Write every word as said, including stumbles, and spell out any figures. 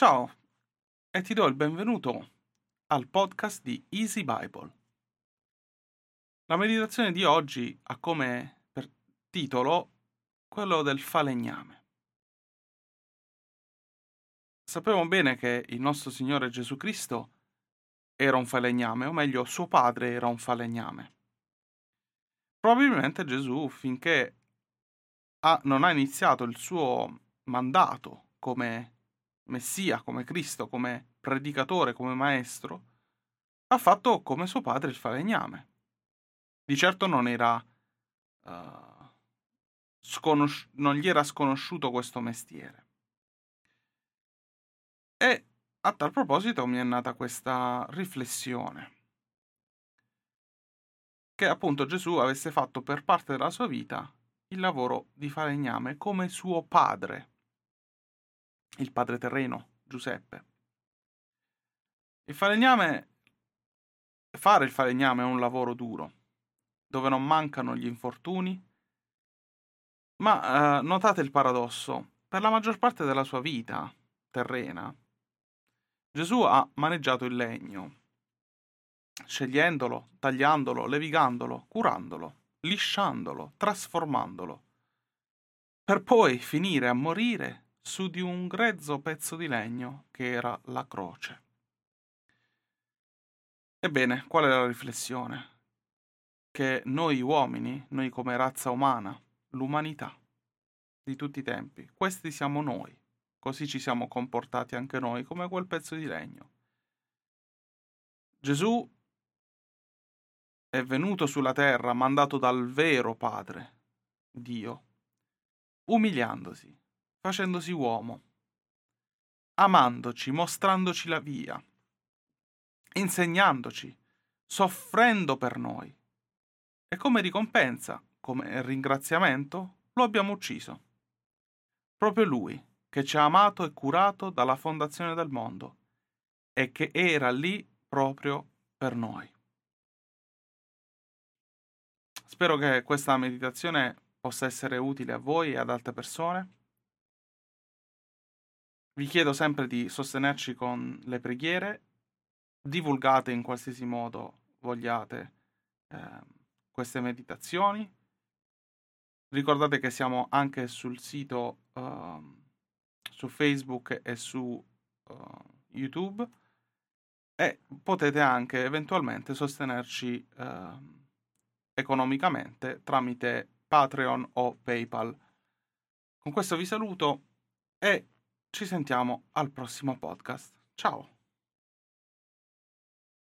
Ciao e ti do il benvenuto al podcast di Easy Bible. La meditazione di oggi ha come per titolo quello del falegname. Sappiamo bene che il nostro Signore Gesù Cristo era un falegname, o meglio, suo padre era un falegname. Probabilmente Gesù, finché ha- non ha iniziato il suo mandato come Messia, come Cristo, come predicatore, come maestro, ha fatto come suo padre il falegname. Di certo non era uh, sconosci- non gli era sconosciuto questo mestiere. E a tal proposito mi è nata questa riflessione, che appunto Gesù avesse fatto per parte della sua vita il lavoro di falegname come suo padre, il padre terreno, Giuseppe. Il falegname, fare il falegname è un lavoro duro, dove non mancano gli infortuni, ma eh, notate il paradosso, per la maggior parte della sua vita terrena, Gesù ha maneggiato il legno, scegliendolo, tagliandolo, levigandolo, curandolo, lisciandolo, trasformandolo, per poi finire a morire su di un grezzo pezzo di legno che era la croce. Ebbene, qual è la riflessione? Che noi uomini, noi come razza umana, l'umanità di tutti i tempi, questi siamo noi, così ci siamo comportati anche noi come quel pezzo di legno. Gesù è venuto sulla terra mandato dal vero Padre, Dio, umiliandosi, facendosi uomo, amandoci, mostrandoci la via, insegnandoci, soffrendo per noi. E come ricompensa, come ringraziamento, lo abbiamo ucciso. Proprio Lui, che ci ha amato e curato dalla fondazione del mondo e che era lì proprio per noi. Spero che questa meditazione possa essere utile a voi e ad altre persone. Vi chiedo sempre di sostenerci con le preghiere, divulgate in qualsiasi modo vogliate eh, queste meditazioni. Ricordate che siamo anche sul sito, uh, su Facebook e su uh, YouTube e potete anche eventualmente sostenerci uh, economicamente tramite Patreon o PayPal. Con questo vi saluto e ci sentiamo al prossimo podcast. Ciao!